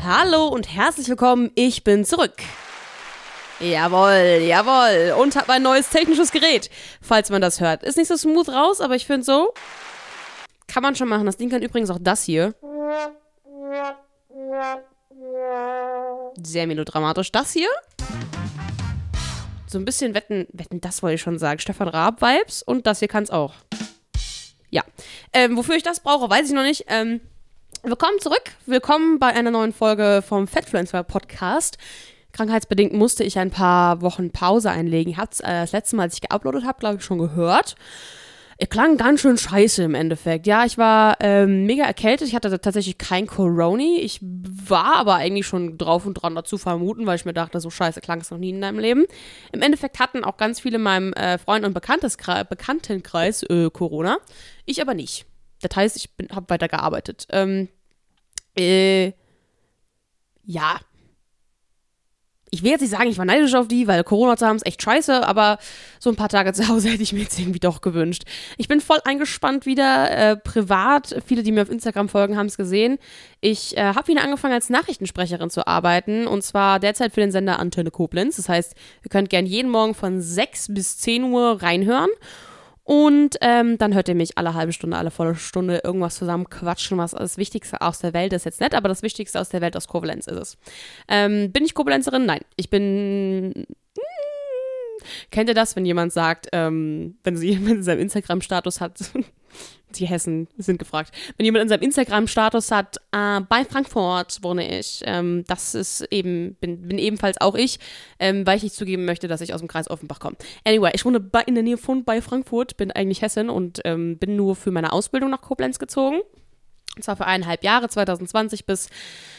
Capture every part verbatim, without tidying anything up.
Hallo und herzlich willkommen, ich bin zurück. Jawohl, jawohl. Und habe ein neues technisches Gerät, falls man das hört. Ist nicht so smooth raus, aber ich finde so, kann man schon machen. Das Ding kann übrigens auch das hier. Sehr melodramatisch. Das hier. So ein bisschen Wetten, Wetten, das wollte ich schon sagen. Stefan Raab-Vibes. Und das hier kann es auch. Ja. Ähm, wofür ich das brauche, weiß ich noch nicht. Ähm, willkommen zurück. Willkommen bei einer neuen Folge vom Fatfluencer Podcast. Krankheitsbedingt musste ich ein paar Wochen Pause einlegen. Ihr habt es äh, das letzte Mal, als ich geuploadet habe, glaube ich, schon gehört. Er klang ganz schön scheiße im Endeffekt. Ja, ich war ähm, mega erkältet. Ich hatte tatsächlich kein Corona. Ich war aber eigentlich schon drauf und dran dazu vermuten, weil ich mir dachte, so scheiße klang es noch nie in deinem Leben. Im Endeffekt hatten auch ganz viele in meinem äh, Freund- und Bekannteskre- Bekanntenkreis äh, Corona. Ich aber nicht. Das heißt, ich habe weiter gearbeitet. Ähm, äh, ja. Ich will jetzt nicht sagen, ich war neidisch auf die, weil Corona zu haben ist echt scheiße, aber so ein paar Tage zu Hause hätte ich mir jetzt irgendwie doch gewünscht. Ich bin voll eingespannt wieder, äh, privat. Viele, die mir auf Instagram folgen, haben es gesehen. Ich äh, habe wieder angefangen, als Nachrichtensprecherin zu arbeiten, und zwar derzeit für den Sender Antenne Koblenz. Das heißt, ihr könnt gerne jeden Morgen von sechs bis zehn Uhr reinhören. Und ähm, dann hört ihr mich alle halbe Stunde, alle volle Stunde irgendwas zusammen quatschen, was das Wichtigste aus der Welt ist. Jetzt nett, aber das Wichtigste aus der Welt aus Koblenz ist es. Ähm, bin ich Koblenzerin? Nein. Ich bin... Hm, kennt ihr das, wenn jemand sagt, ähm, wenn sie jemand in seinem Instagram-Status hat... Die Hessen sind gefragt. Wenn jemand in seinem Instagram-Status hat, äh, bei Frankfurt wohne ich, ähm, das ist eben, bin, bin ebenfalls auch ich, ähm, weil ich nicht zugeben möchte, dass ich aus dem Kreis Offenbach komme. Anyway, ich wohne bei, in der Nähe von bei Frankfurt, bin eigentlich Hessin und ähm, bin nur für meine Ausbildung nach Koblenz gezogen. Und zwar für eineinhalb Jahre, zwanzig zwanzig bis,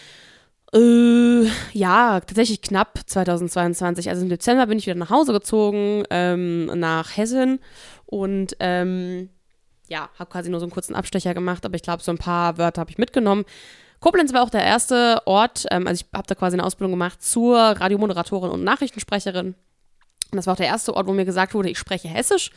äh, ja, tatsächlich knapp zwanzig zweiundzwanzig. Also im Dezember bin ich wieder nach Hause gezogen, ähm, nach Hessen und, ähm, ja, habe quasi nur so einen kurzen Abstecher gemacht, aber ich glaube, so ein paar Wörter habe ich mitgenommen. Koblenz war auch der erste Ort, ähm, also ich habe da quasi eine Ausbildung gemacht zur Radiomoderatorin und Nachrichtensprecherin. Und das war auch der erste Ort, wo mir gesagt wurde, ich spreche Hessisch.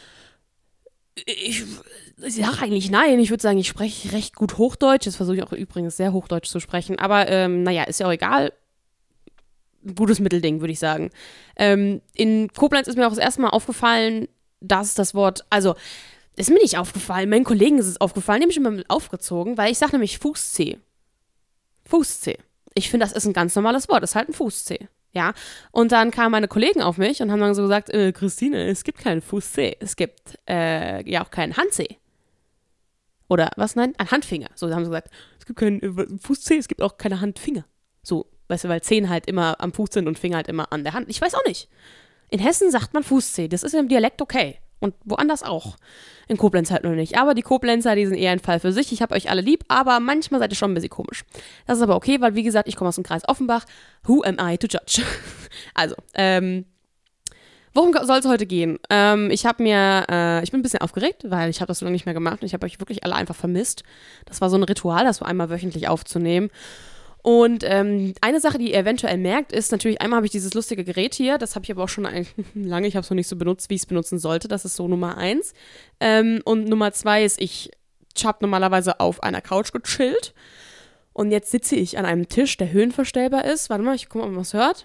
Ich, ich sage eigentlich nein, ich würde sagen, ich spreche recht gut Hochdeutsch. Das versuche ich auch übrigens sehr Hochdeutsch zu sprechen, aber ähm, naja, ist ja auch egal. Gutes Mittelding, würde ich sagen. Ähm, in Koblenz ist mir auch das erste Mal aufgefallen, dass das Wort, also ist mir nicht aufgefallen, meinen Kollegen ist es aufgefallen, die haben mich immer mit aufgezogen, weil ich sage nämlich Fußzeh. Fußzeh. Ich finde, das ist ein ganz normales Wort, das ist halt ein Fußzeh. Ja, und dann kamen meine Kollegen auf mich und haben dann so gesagt, äh, Christine, es gibt keinen Fußzeh, es gibt äh, ja auch keinen Handzeh. Oder was, nein? Ein Handfinger. So haben sie gesagt, es gibt keinen äh, Fußzeh, es gibt auch keine Handfinger. So, weißt du, weil Zehen halt immer am Fuß sind und Finger halt immer an der Hand. Ich weiß auch nicht. In Hessen sagt man Fußzeh, das ist im Dialekt okay. Und woanders auch. In Koblenz halt noch nicht. Aber die Koblenzer, die sind eher ein Fall für sich. Ich habe euch alle lieb, aber manchmal seid ihr schon ein bisschen komisch. Das ist aber okay, weil wie gesagt, ich komme aus dem Kreis Offenbach. Who am I to judge? Also, ähm, worum soll es heute gehen? Ähm, ich habe mir, äh, ich bin ein bisschen aufgeregt, weil ich habe das so lange nicht mehr gemacht und ich habe euch wirklich alle einfach vermisst. Das war so ein Ritual, das so einmal wöchentlich aufzunehmen. Und ähm, eine Sache, die ihr eventuell merkt, ist natürlich, einmal habe ich dieses lustige Gerät hier, das habe ich aber auch schon ein, lange, ich habe es noch nicht so benutzt, wie ich es benutzen sollte, das ist so Nummer eins. Ähm, und Nummer zwei ist, ich habe normalerweise auf einer Couch gechillt und jetzt sitze ich an einem Tisch, der höhenverstellbar ist. Warte mal, ich gucke mal, ob man was hört.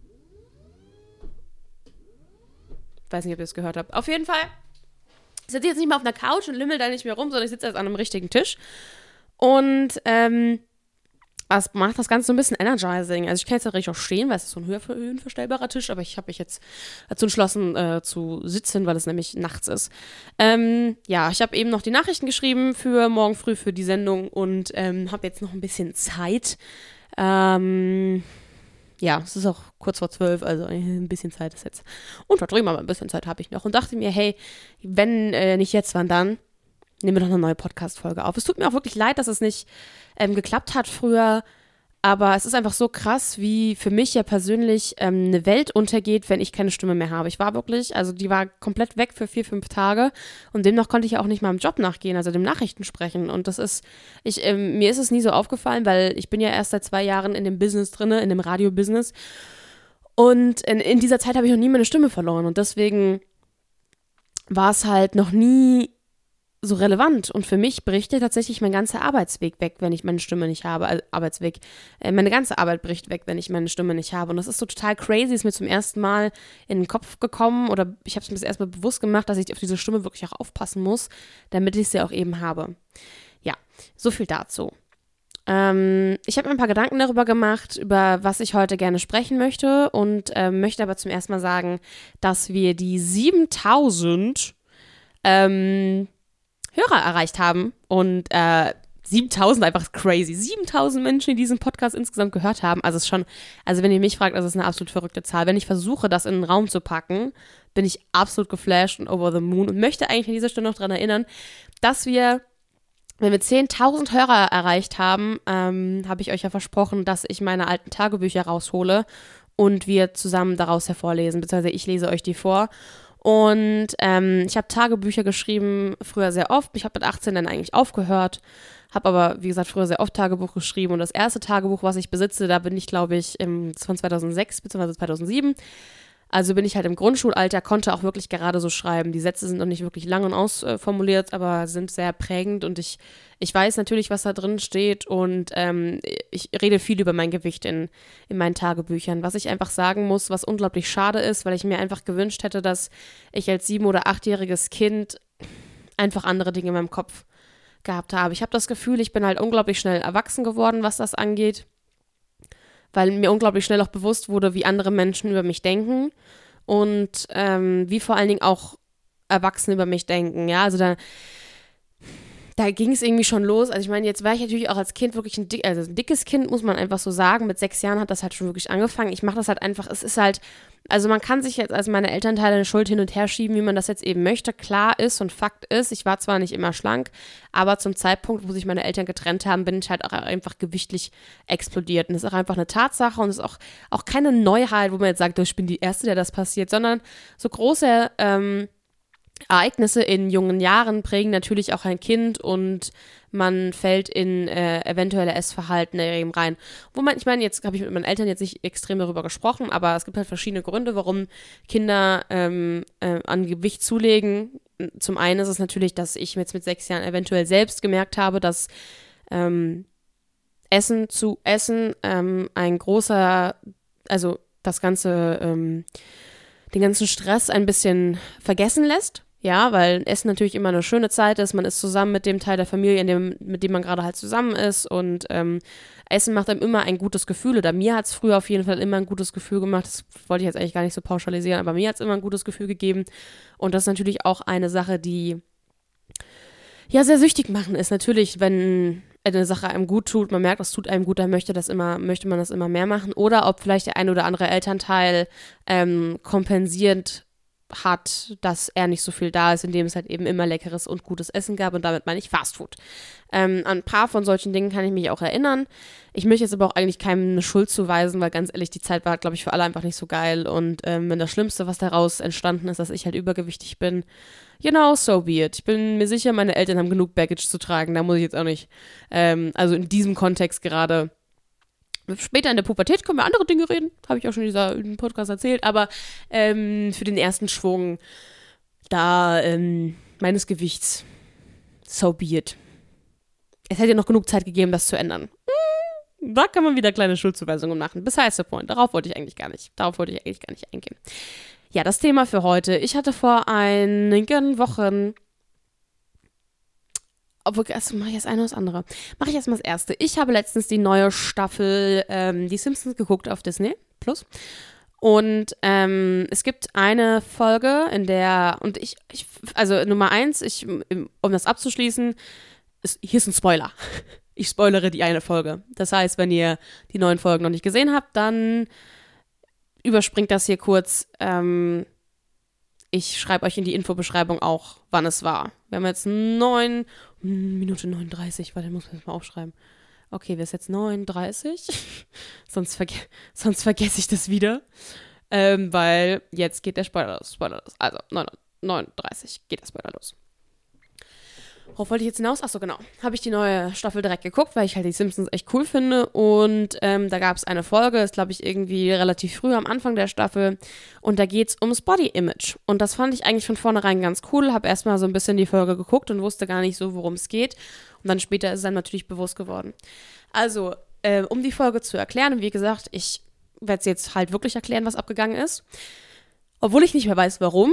Ich weiß nicht, ob ihr es gehört habt. Auf jeden Fall, ich sitze jetzt nicht mehr auf einer Couch und lümmel da nicht mehr rum, sondern ich sitze jetzt an einem richtigen Tisch. Und, ähm, das macht das Ganze so ein bisschen energizing. Also ich kann jetzt natürlich auch stehen, weil es ist so ein höhenverstellbarer Tisch, aber ich habe mich jetzt dazu entschlossen äh, zu sitzen, weil es nämlich nachts ist. Ähm, ja, ich habe eben noch die Nachrichten geschrieben für morgen früh für die Sendung und ähm, habe jetzt noch ein bisschen Zeit. Ähm, ja, es ist auch kurz vor zwölf, also ein bisschen Zeit ist jetzt. Und da drüben aber ein bisschen Zeit habe ich noch und dachte mir, hey, wenn äh, nicht jetzt, wann dann? Nehmen wir doch eine neue Podcast-Folge auf. Es tut mir auch wirklich leid, dass es nicht ähm, geklappt hat früher, aber es ist einfach so krass, wie für mich ja persönlich ähm, eine Welt untergeht, wenn ich keine Stimme mehr habe. Ich war wirklich, also die war komplett weg für vier, fünf Tage und demnach konnte ich ja auch nicht mal im Job nachgehen, also dem Nachrichten sprechen. Und das ist, ich, ähm, mir ist es nie so aufgefallen, weil ich bin ja erst seit zwei Jahren in dem Business drin, in dem Radio-Business und in, in dieser Zeit habe ich noch nie meine Stimme verloren und deswegen war es halt noch nie so relevant. Und für mich bricht ja tatsächlich mein ganzer Arbeitsweg weg, wenn ich meine Stimme nicht habe. Also Arbeitsweg. Äh, meine ganze Arbeit bricht weg, wenn ich meine Stimme nicht habe. Und das ist so total crazy, ist mir zum ersten Mal in den Kopf gekommen oder ich habe es mir das erstmal bewusst gemacht, dass ich auf diese Stimme wirklich auch aufpassen muss, damit ich sie auch eben habe. Ja, so viel dazu. Ähm, ich habe mir ein paar Gedanken darüber gemacht, über was ich heute gerne sprechen möchte und äh, möchte aber zum ersten Mal sagen, dass wir die siebentausend ähm, Hörer erreicht haben und äh, siebentausend einfach crazy. siebentausend Menschen, die diesen Podcast insgesamt gehört haben. Also es ist schon, also wenn ihr mich fragt, das ist eine absolut verrückte Zahl. Wenn ich versuche, das in den Raum zu packen, bin ich absolut geflasht und over the moon und möchte eigentlich an dieser Stelle noch daran erinnern, dass wir, wenn wir zehntausend Hörer erreicht haben, ähm, habe ich euch ja versprochen, dass ich meine alten Tagebücher raushole und wir zusammen daraus hervorlesen, beziehungsweise ich lese euch die vor. Und ähm, ich habe Tagebücher geschrieben, früher sehr oft. Ich habe mit achtzehn dann eigentlich aufgehört, habe aber, wie gesagt, früher sehr oft Tagebuch geschrieben. Und das erste Tagebuch, was ich besitze, da bin ich, glaube ich, im, von zweitausendsechs bzw. zweitausendsieben. Also bin ich halt im Grundschulalter, konnte auch wirklich gerade so schreiben. Die Sätze sind noch nicht wirklich lang und ausformuliert, aber sind sehr prägend und ich, ich weiß natürlich, was da drin steht und ähm, ich rede viel über mein Gewicht in, in meinen Tagebüchern. Was ich einfach sagen muss, was unglaublich schade ist, weil ich mir einfach gewünscht hätte, dass ich als sieben- oder achtjähriges Kind einfach andere Dinge in meinem Kopf gehabt habe. Ich habe das Gefühl, ich bin halt unglaublich schnell erwachsen geworden, was das angeht, weil mir unglaublich schnell auch bewusst wurde, wie andere Menschen über mich denken und ähm, wie vor allen Dingen auch Erwachsene über mich denken. Ja, also da, da ging es irgendwie schon los. Also ich meine, jetzt war ich natürlich auch als Kind wirklich ein, dick, also ein dickes Kind, muss man einfach so sagen. Mit sechs Jahren hat das halt schon wirklich angefangen. Ich mache das halt einfach, es ist halt, also man kann sich jetzt als meine Elternteile eine Schuld hin und her schieben, wie man das jetzt eben möchte. Klar ist und Fakt ist, ich war zwar nicht immer schlank, aber zum Zeitpunkt, wo sich meine Eltern getrennt haben, bin ich halt auch einfach gewichtlich explodiert. Und das ist auch einfach eine Tatsache und es ist auch, auch keine Neuheit, wo man jetzt sagt, ich bin die Erste, der das passiert, sondern so große ähm, Ereignisse in jungen Jahren prägen natürlich auch ein Kind und man fällt in äh, eventuelle Essverhalten eben rein. Wo man, ich meine, jetzt habe ich mit meinen Eltern jetzt nicht extrem darüber gesprochen, aber es gibt halt verschiedene Gründe, warum Kinder ähm, äh, an Gewicht zulegen. Zum einen ist es natürlich, dass ich jetzt mit sechs Jahren eventuell selbst gemerkt habe, dass ähm, Essen zu essen ähm, ein großer, also das ganze, ähm, den ganzen Stress ein bisschen vergessen lässt. Ja, weil Essen natürlich immer eine schöne Zeit ist. Man ist zusammen mit dem Teil der Familie, in dem, mit dem man gerade halt zusammen ist. Und ähm, Essen macht einem immer ein gutes Gefühl. Oder mir hat es früher auf jeden Fall immer ein gutes Gefühl gemacht. Das wollte ich jetzt eigentlich gar nicht so pauschalisieren, aber mir hat es immer ein gutes Gefühl gegeben. Und das ist natürlich auch eine Sache, die ja sehr süchtig machen ist. Natürlich, wenn eine Sache einem gut tut, man merkt, es tut einem gut, dann möchte, das immer, möchte man das immer mehr machen. Oder ob vielleicht der ein oder andere Elternteil ähm, kompensierend hat, dass er nicht so viel da ist, indem es halt eben immer leckeres und gutes Essen gab und damit meine ich Fastfood. Ähm, an ein paar von solchen Dingen kann ich mich auch erinnern. Ich möchte jetzt aber auch eigentlich keinem eine Schuld zuweisen, weil ganz ehrlich, die Zeit war, glaube ich, für alle einfach nicht so geil und ähm, wenn das Schlimmste, was daraus entstanden ist, dass ich halt übergewichtig bin, you know, so be it. Ich bin mir sicher, meine Eltern haben genug Baggage zu tragen, da muss ich jetzt auch nicht, ähm, also in diesem Kontext gerade. Später in der Pubertät können wir andere Dinge reden, habe ich auch schon in diesem Podcast erzählt, aber ähm, für den ersten Schwung da ähm, meines Gewichts, so be it. Es hätte ja noch genug Zeit gegeben, das zu ändern. Hm, da kann man wieder kleine Schuldzuweisungen machen. Besides the point, darauf wollte ich eigentlich gar nicht, darauf wollte ich eigentlich gar nicht eingehen. Ja, das Thema für heute. Ich hatte vor einigen Wochen Obwohl, also mache ich jetzt eine oder das andere. Mache ich erstmal das erste. Ich habe letztens die neue Staffel ähm, Die Simpsons geguckt auf Disney Plus. Und ähm, es gibt eine Folge, in der, und ich, ich also Nummer eins, ich, um das abzuschließen, ist, hier ist ein Spoiler. Ich spoilere die eine Folge. Das heißt, wenn ihr die neuen Folgen noch nicht gesehen habt, dann überspringt das hier kurz. Ähm, ich schreibe euch in die Infobeschreibung auch, wann es war. Wir haben jetzt neun Minute neununddreißig, warte, muss man das mal aufschreiben. Okay, wir sind jetzt neun Uhr dreißig, sonst, verge- sonst vergesse ich das wieder, ähm, weil jetzt geht der Spoiler los. Spoiler los. Also neun Uhr dreißig geht der Spoiler los. Worauf wollte ich jetzt hinaus? Achso, genau. Habe ich die neue Staffel direkt geguckt, weil ich halt die Simpsons echt cool finde. Und ähm, da gab es eine Folge, ist glaube ich irgendwie relativ früh am Anfang der Staffel. Und da geht es ums Body Image. Und das fand ich eigentlich von vornherein ganz cool. Habe erstmal so ein bisschen die Folge geguckt und wusste gar nicht so, worum es geht. Und dann später ist es dann natürlich bewusst geworden. Also, äh, um die Folge zu erklären, und wie gesagt, ich werde es jetzt halt wirklich erklären, was abgegangen ist. Obwohl ich nicht mehr weiß, warum.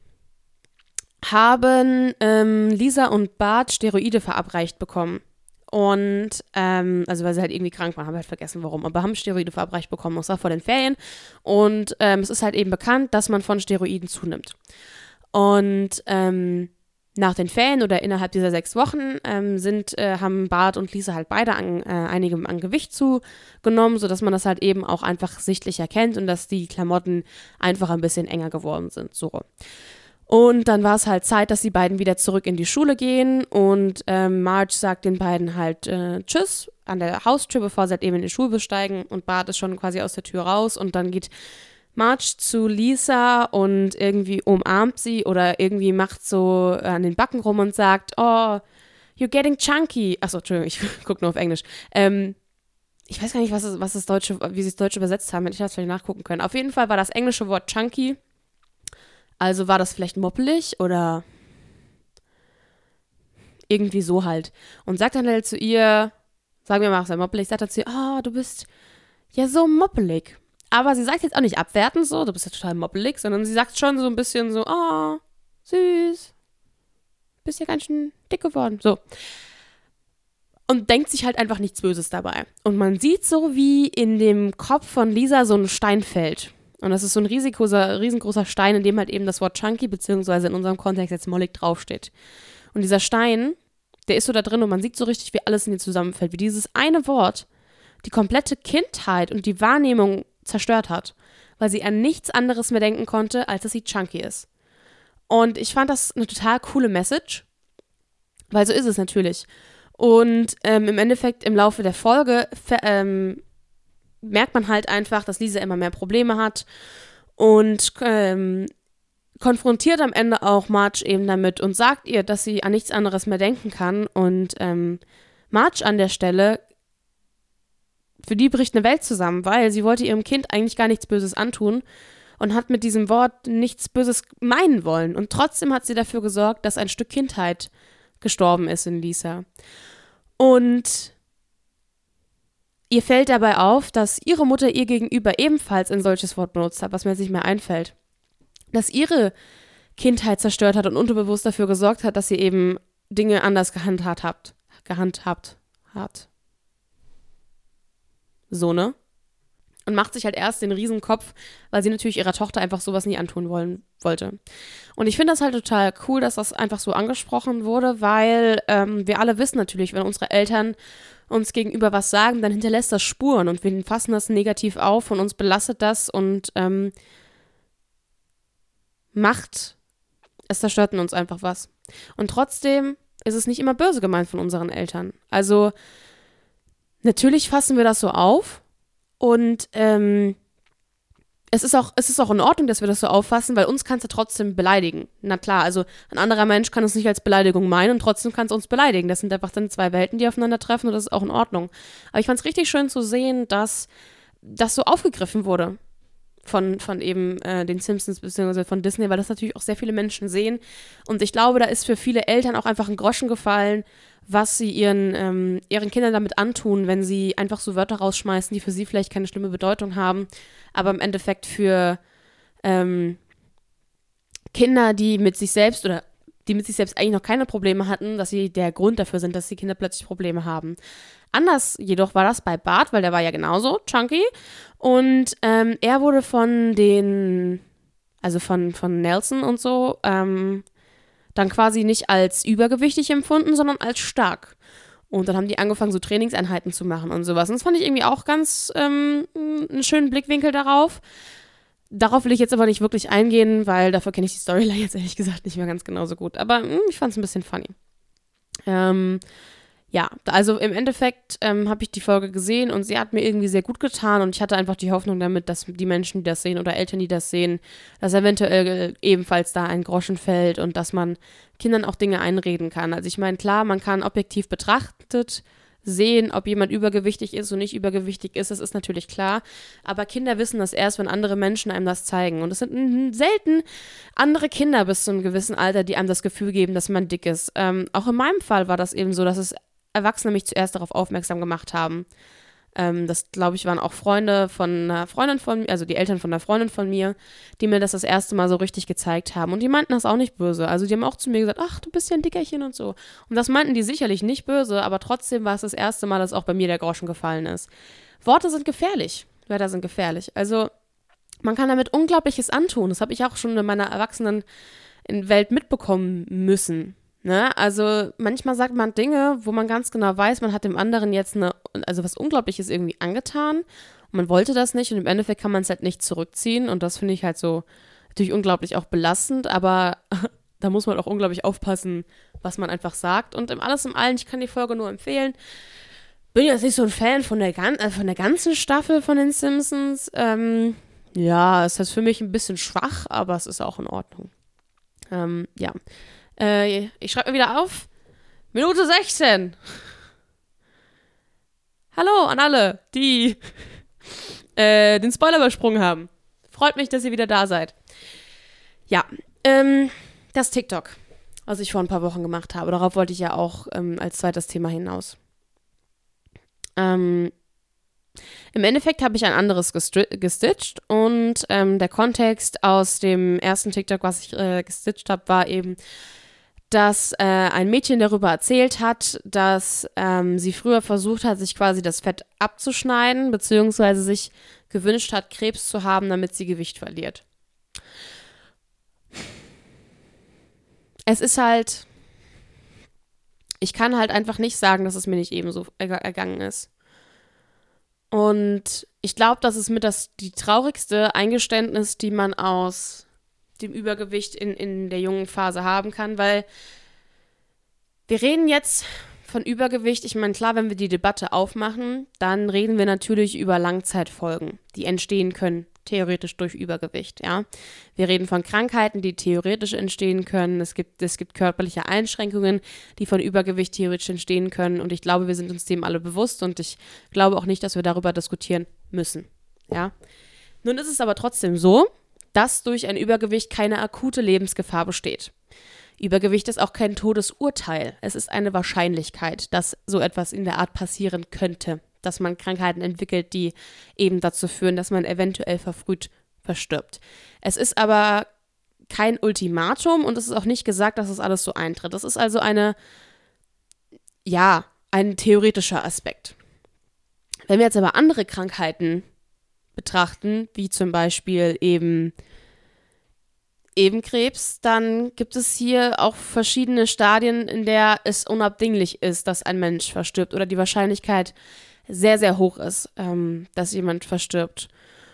Haben ähm, Lisa und Bart Steroide verabreicht bekommen. Und, ähm, also weil sie halt irgendwie krank waren, haben halt vergessen, warum, aber haben Steroide verabreicht bekommen, und zwar vor den Ferien. Und ähm, es ist halt eben bekannt, dass man von Steroiden zunimmt. Und ähm, nach den Ferien oder innerhalb dieser sechs Wochen ähm, sind, äh, haben Bart und Lisa halt beide an, äh, einigem an Gewicht zugenommen, sodass man das halt eben auch einfach sichtlich erkennt und dass die Klamotten einfach ein bisschen enger geworden sind. So. Und dann war es halt Zeit, dass die beiden wieder zurück in die Schule gehen und ähm, Marge sagt den beiden halt äh, Tschüss an der Haustür, bevor sie halt eben in die Schule besteigen, und Bart ist schon quasi aus der Tür raus und dann geht Marge zu Lisa und irgendwie umarmt sie oder irgendwie macht so an den Backen rum und sagt, oh, you're getting chunky. Achso, Entschuldigung, ich gucke nur auf Englisch. Ähm, ich weiß gar nicht, was das, was das Deutsche, wie sie es Deutsch übersetzt haben, hätte ich das vielleicht nachgucken können. Auf jeden Fall war das englische Wort chunky. Also war das vielleicht moppelig oder irgendwie so halt. Und sagt dann halt zu ihr, sagen wir mal, sei moppelig, sagt er zu ihr, ah, oh, du bist ja so moppelig. Aber sie sagt jetzt auch nicht abwertend so, du bist ja total moppelig, sondern sie sagt schon so ein bisschen so, ah, oh, süß, bist ja ganz schön dick geworden, so. Und denkt sich halt einfach nichts Böses dabei. Und man sieht so, wie in dem Kopf von Lisa so ein Stein fällt. Und das ist so ein riesengroßer, riesengroßer Stein, in dem halt eben das Wort chunky, beziehungsweise in unserem Kontext jetzt mollig draufsteht. Und dieser Stein, der ist so da drin und man sieht so richtig, wie alles in ihr zusammenfällt. Wie dieses eine Wort die komplette Kindheit und die Wahrnehmung zerstört hat. Weil sie an nichts anderes mehr denken konnte, als dass sie chunky ist. Und ich fand das eine total coole Message. Weil so ist es natürlich. Und ähm, im Endeffekt im Laufe der Folge ver- ähm, merkt man halt einfach, dass Lisa immer mehr Probleme hat und ähm, konfrontiert am Ende auch Marge eben damit und sagt ihr, dass sie an nichts anderes mehr denken kann. Und ähm, Marge an der Stelle, für die bricht eine Welt zusammen, weil sie wollte ihrem Kind eigentlich gar nichts Böses antun und hat mit diesem Wort nichts Böses meinen wollen. Und trotzdem hat sie dafür gesorgt, dass ein Stück Kindheit gestorben ist in Lisa. Und ihr fällt dabei auf, dass ihre Mutter ihr gegenüber ebenfalls ein solches Wort benutzt hat, was mir jetzt nicht mehr einfällt. Dass ihre Kindheit zerstört hat und unterbewusst dafür gesorgt hat, dass sie eben Dinge anders gehandhabt hat. Gehandhabt hat. So, ne? Und macht sich halt erst den Riesenkopf, weil sie natürlich ihrer Tochter einfach sowas nie antun wollen, wollte. Und ich finde das halt total cool, dass das einfach so angesprochen wurde, weil ähm, wir alle wissen natürlich, wenn unsere Eltern uns gegenüber was sagen, dann hinterlässt das Spuren und wir fassen das negativ auf und uns belastet das und ähm, macht, es zerstört in uns einfach was. Und trotzdem ist es nicht immer böse gemeint von unseren Eltern. Also natürlich fassen wir das so auf und ähm, es ist auch, es ist auch in Ordnung, dass wir das so auffassen, weil uns kann es ja trotzdem beleidigen. Na klar, also ein anderer Mensch kann es nicht als Beleidigung meinen und trotzdem kann es uns beleidigen. Das sind einfach dann zwei Welten, die aufeinandertreffen und das ist auch in Ordnung. Aber ich fand es richtig schön zu sehen, dass das so aufgegriffen wurde von, von eben äh, den Simpsons bzw. von Disney, weil das natürlich auch sehr viele Menschen sehen. Und ich glaube, da ist für viele Eltern auch einfach ein Groschen gefallen, was sie ihren, ähm, ihren Kindern damit antun, wenn sie einfach so Wörter rausschmeißen, die für sie vielleicht keine schlimme Bedeutung haben, aber im Endeffekt für ähm, Kinder, die mit sich selbst oder die mit sich selbst eigentlich noch keine Probleme hatten, dass sie der Grund dafür sind, dass die Kinder plötzlich Probleme haben. Anders jedoch war das bei Bart, weil der war ja genauso chunky und ähm, er wurde von den, also von, von Nelson und so, ähm, dann quasi nicht als übergewichtig empfunden, sondern als stark. Und dann haben die angefangen, so Trainingseinheiten zu machen und sowas. Und das fand ich irgendwie auch ganz ähm, einen schönen Blickwinkel darauf. Darauf will ich jetzt aber nicht wirklich eingehen, weil dafür kenne ich die Storyline jetzt ehrlich gesagt nicht mehr ganz genauso gut. Aber mh, ich fand es ein bisschen funny. Ähm, ja, also im Endeffekt ähm, habe ich die Folge gesehen und sie hat mir irgendwie sehr gut getan und ich hatte einfach die Hoffnung damit, dass die Menschen, die das sehen oder Eltern, die das sehen, dass eventuell ebenfalls da ein Groschen fällt und dass man Kindern auch Dinge einreden kann. Also ich meine, klar, man kann objektiv betrachtet sehen, ob jemand übergewichtig ist und nicht übergewichtig ist, das ist natürlich klar, aber Kinder wissen das erst, wenn andere Menschen einem das zeigen und es sind m- selten andere Kinder bis zu einem gewissen Alter, die einem das Gefühl geben, dass man dick ist. Ähm, auch in meinem Fall war das eben so, dass es Erwachsene mich zuerst darauf aufmerksam gemacht haben. Ähm, das, glaube ich, waren auch Freunde von einer Freundin von mir, also die Eltern von einer Freundin von mir, die mir das das erste Mal so richtig gezeigt haben. Und die meinten das auch nicht böse. Also die haben auch zu mir gesagt, ach, du bist ja ein Dickerchen und so. Und das meinten die sicherlich nicht böse, aber trotzdem war es das erste Mal, dass auch bei mir der Groschen gefallen ist. Worte sind gefährlich. Wörter sind gefährlich. Also man kann damit Unglaubliches antun. Das habe ich auch schon in meiner Erwachsenenwelt mitbekommen müssen. Ne? Also manchmal sagt man Dinge, wo man ganz genau weiß, man hat dem anderen jetzt eine, also was Unglaubliches irgendwie angetan und man wollte das nicht und im Endeffekt kann man es halt nicht zurückziehen und das finde ich halt so natürlich unglaublich auch belastend, aber da muss man auch unglaublich aufpassen, was man einfach sagt und im Alles im Allen, ich kann die Folge nur empfehlen. Bin jetzt nicht so ein Fan von der, äh, von der ganzen Staffel von den Simpsons. Ähm, ja, es ist für mich ein bisschen schwach, aber es ist auch in Ordnung. Ähm, ja. Äh, ich schreibe mir wieder auf. Minute sechzehn. Hallo an alle, die äh, den Spoiler übersprungen haben. Freut mich, dass ihr wieder da seid. Ja, ähm, das TikTok, was ich vor ein paar Wochen gemacht habe. Darauf wollte ich ja auch ähm, als zweites Thema hinaus. Ähm, Im Endeffekt habe ich ein anderes gestri- gestitcht und ähm, der Kontext aus dem ersten TikTok, was ich äh, gestitcht habe, war eben, dass äh, ein Mädchen darüber erzählt hat, dass ähm, sie früher versucht hat, sich quasi das Fett abzuschneiden, beziehungsweise sich gewünscht hat, Krebs zu haben, damit sie Gewicht verliert. Es ist halt, ich kann halt einfach nicht sagen, dass es mir nicht ebenso erg- ergangen ist. Und ich glaube, das ist mit das die traurigste Eingeständnis, die man aus dem Übergewicht in, in der jungen Phase haben kann, weil wir reden jetzt von Übergewicht. Ich meine, klar, wenn wir die Debatte aufmachen, dann reden wir natürlich über Langzeitfolgen, die entstehen können, theoretisch durch Übergewicht, ja. Wir reden von Krankheiten, die theoretisch entstehen können. Es gibt, es gibt körperliche Einschränkungen, die von Übergewicht theoretisch entstehen können und ich glaube, wir sind uns dem alle bewusst und ich glaube auch nicht, dass wir darüber diskutieren müssen, ja. Nun ist es aber trotzdem so, dass durch ein Übergewicht keine akute Lebensgefahr besteht. Übergewicht ist auch kein Todesurteil. Es ist eine Wahrscheinlichkeit, dass so etwas in der Art passieren könnte, dass man Krankheiten entwickelt, die eben dazu führen, dass man eventuell verfrüht verstirbt. Es ist aber kein Ultimatum und es ist auch nicht gesagt, dass das alles so eintritt. Das ist also eine, ja, ein theoretischer Aspekt. Wenn wir jetzt aber andere Krankheiten betrachten, wie zum Beispiel eben eben Krebs, dann gibt es hier auch verschiedene Stadien, in der es unabdinglich ist, dass ein Mensch verstirbt oder die Wahrscheinlichkeit sehr, sehr hoch ist, ähm, dass jemand verstirbt.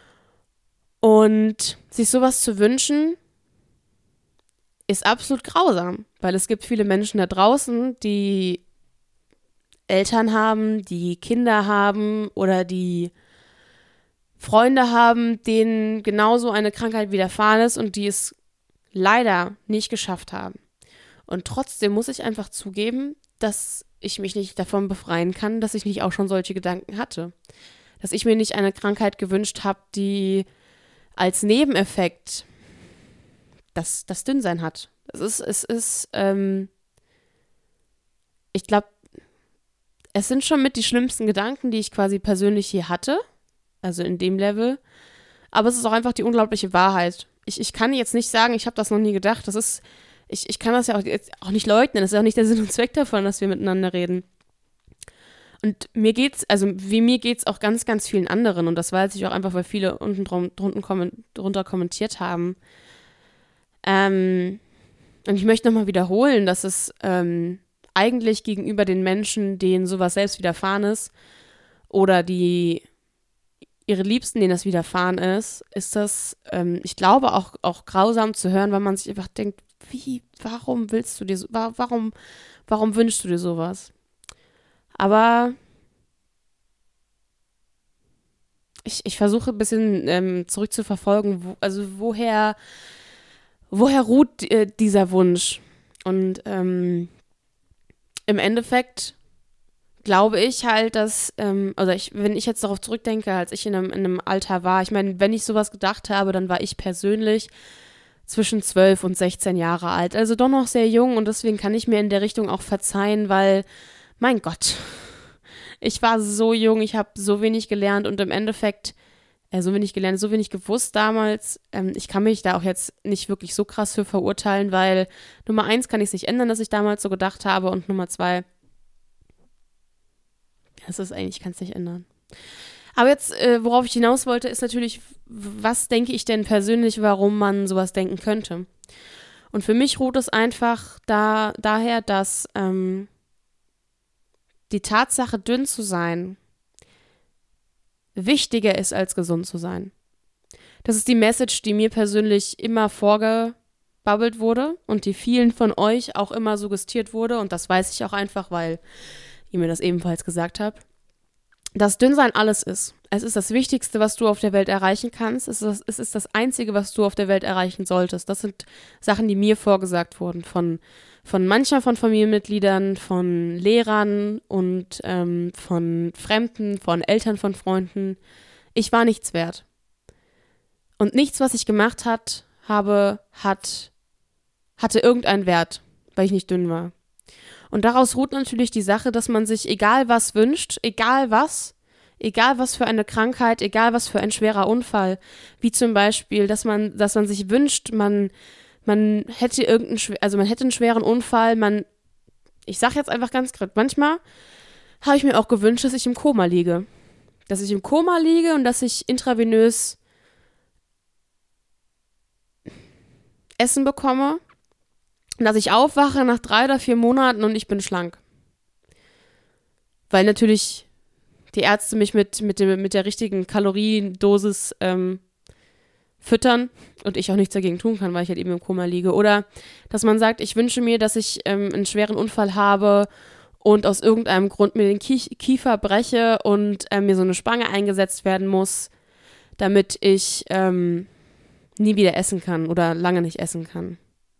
Und sich sowas zu wünschen, ist absolut grausam, weil es gibt viele Menschen da draußen, die Eltern haben, die Kinder haben oder die Freunde haben, denen genauso eine Krankheit widerfahren ist und die es leider nicht geschafft haben. Und trotzdem muss ich einfach zugeben, dass ich mich nicht davon befreien kann, dass ich nicht auch schon solche Gedanken hatte. Dass ich mir nicht eine Krankheit gewünscht habe, die als Nebeneffekt das, das Dünnsein hat. Es ist, es ist, ähm, ich glaube, es sind schon mit die schlimmsten Gedanken, die ich quasi persönlich hier hatte. Also in dem Level. Aber es ist auch einfach die unglaubliche Wahrheit. Ich, ich kann jetzt nicht sagen, ich habe das noch nie gedacht. Das ist, ich, ich kann das ja auch, jetzt auch nicht leugnen. Das ist auch nicht der Sinn und Zweck davon, dass wir miteinander reden. Und mir geht's, also wie mir geht's auch ganz, ganz vielen anderen. Und das weiß ich auch einfach, weil viele unten drum, drunten kommen, drunter kommentiert haben. Ähm, und ich möchte nochmal wiederholen, dass es ähm, eigentlich gegenüber den Menschen, denen sowas selbst widerfahren ist, oder die ihre Liebsten, denen das widerfahren ist, ist das, ähm, ich glaube, auch, auch grausam zu hören, weil man sich einfach denkt, wie, warum willst du dir so, warum, warum wünschst du dir sowas? Aber ich, ich versuche ein bisschen ähm, zurückzuverfolgen, wo, also woher, woher ruht äh, dieser Wunsch? Und ähm, im Endeffekt glaube ich halt, dass, ähm, also ich, wenn ich jetzt darauf zurückdenke, als ich in einem, in einem Alter war, ich meine, wenn ich sowas gedacht habe, dann war ich persönlich zwischen zwölf und sechzehn Jahre alt, also doch noch sehr jung und deswegen kann ich mir in der Richtung auch verzeihen, weil, mein Gott, ich war so jung, ich habe so wenig gelernt und im Endeffekt, äh, so wenig gelernt, so wenig gewusst damals. Ähm, ich kann mich da auch jetzt nicht wirklich so krass für verurteilen, weil Nummer eins kann ich es nicht ändern, dass ich damals so gedacht habe und Nummer zwei, das ist eigentlich, ich kann es nicht ändern. Aber jetzt, äh, worauf ich hinaus wollte, ist natürlich, was denke ich denn persönlich, warum man sowas denken könnte? Und für mich ruht es einfach da, daher, dass ähm, die Tatsache, dünn zu sein, wichtiger ist, als gesund zu sein. Das ist die Message, die mir persönlich immer vorgebabbelt wurde und die vielen von euch auch immer suggestiert wurde. Und das weiß ich auch einfach, weil ihr mir das ebenfalls gesagt habt. Dass Dünnsein alles ist. Es ist das Wichtigste, was du auf der Welt erreichen kannst. Es ist, das, es ist das Einzige, was du auf der Welt erreichen solltest. Das sind Sachen, die mir vorgesagt wurden. Von, von mancher von Familienmitgliedern, von Lehrern und ähm, von Fremden, von Eltern von Freunden. Ich war nichts wert. Und nichts, was ich gemacht hat, habe, hat, hatte irgendeinen Wert, weil ich nicht dünn war. Und daraus ruht natürlich die Sache, dass man sich egal was wünscht, egal was, egal was für eine Krankheit, egal was für ein schwerer Unfall, wie zum Beispiel, dass man, dass man sich wünscht, man, man hätte irgendeinen, also man hätte einen schweren Unfall, man, ich sag jetzt einfach ganz gerade, manchmal habe ich mir auch gewünscht, dass ich im Koma liege. Dass ich im Koma liege und dass ich intravenös Essen bekomme. Dass ich aufwache nach drei oder vier Monaten und ich bin schlank. Weil natürlich die Ärzte mich mit, mit, dem, mit der richtigen Kaloriendosis ähm, füttern und ich auch nichts dagegen tun kann, weil ich halt eben im Koma liege. Oder dass man sagt, ich wünsche mir, dass ich ähm, einen schweren Unfall habe und aus irgendeinem Grund mir den Kie- Kiefer breche und ähm, mir so eine Spange eingesetzt werden muss, damit ich ähm, nie wieder essen kann oder lange nicht essen kann.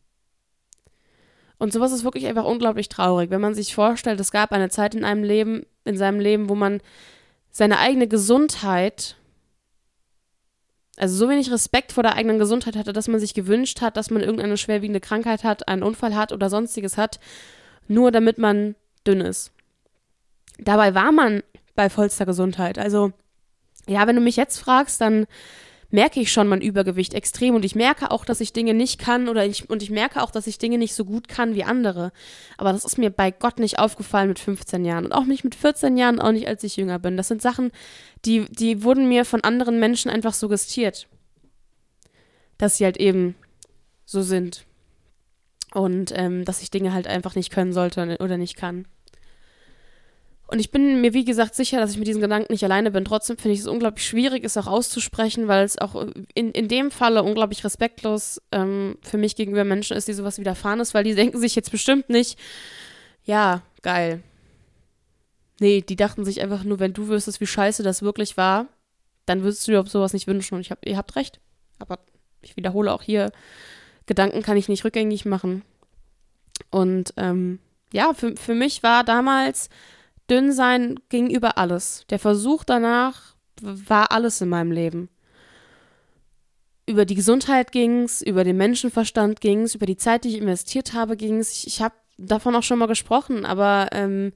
Und sowas ist wirklich einfach unglaublich traurig, wenn man sich vorstellt, es gab eine Zeit in einem Leben, in seinem Leben, wo man seine eigene Gesundheit, also so wenig Respekt vor der eigenen Gesundheit hatte, dass man sich gewünscht hat, dass man irgendeine schwerwiegende Krankheit hat, einen Unfall hat oder sonstiges hat, nur damit man dünn ist. Dabei war man bei vollster Gesundheit. Also, ja, wenn du mich jetzt fragst, dann merke ich schon mein Übergewicht extrem und ich merke auch, dass ich Dinge nicht kann oder ich, und ich merke auch, dass ich Dinge nicht so gut kann wie andere. Aber das ist mir bei Gott nicht aufgefallen mit fünfzehn Jahren und auch nicht mit vierzehn Jahren, auch nicht, als ich jünger bin. Das sind Sachen, die, die wurden mir von anderen Menschen einfach suggestiert, dass sie halt eben so sind und ähm, dass ich Dinge halt einfach nicht können sollte oder nicht kann. Und ich bin mir, wie gesagt, sicher, dass ich mit diesen Gedanken nicht alleine bin. Trotzdem finde ich es unglaublich schwierig, es auch auszusprechen, weil es auch in, in dem Falle unglaublich respektlos ähm, für mich gegenüber Menschen ist, die sowas widerfahren ist, weil die denken sich jetzt bestimmt nicht, ja, geil. Nee, die dachten sich einfach nur, wenn du wüsstest, wie scheiße das wirklich war, dann würdest du dir sowas nicht wünschen. Und ich hab, ihr habt recht. Aber ich wiederhole auch hier, Gedanken kann ich nicht rückgängig machen. Und ähm, ja, für, für mich war damals dünn sein ging über alles. Der Versuch danach war alles in meinem Leben. Über die Gesundheit ging's, über den Menschenverstand ging's, über die Zeit, die ich investiert habe, ging's. Ich, ich habe davon auch schon mal gesprochen, aber ähm,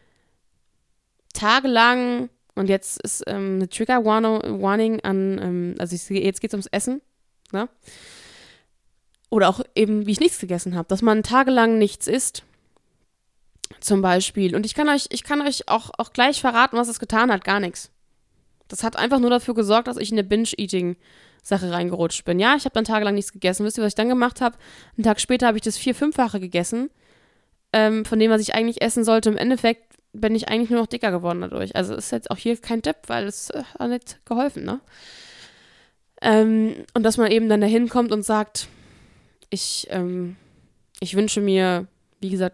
tagelang, und jetzt ist ähm, eine Trigger Warning an, ähm, also ich, jetzt geht's ums Essen, ne? Oder auch eben, wie ich nichts gegessen habe, dass man tagelang nichts isst. Zum Beispiel. Und ich kann euch, ich kann euch auch, auch gleich verraten, was es getan hat. Gar nichts. Das hat einfach nur dafür gesorgt, dass ich in eine Binge-Eating-Sache reingerutscht bin. Ja, ich habe dann tagelang nichts gegessen. Wisst ihr, was ich dann gemacht habe? Einen Tag später habe ich das vier-, fünffache gegessen. Ähm, von dem, was ich eigentlich essen sollte. Im Endeffekt bin ich eigentlich nur noch dicker geworden dadurch. Also ist jetzt auch hier kein Tipp, weil es äh, hat nicht geholfen, ne? Ähm, und dass man eben dann dahin kommt und sagt, ich, ähm, ich wünsche mir, wie gesagt, oder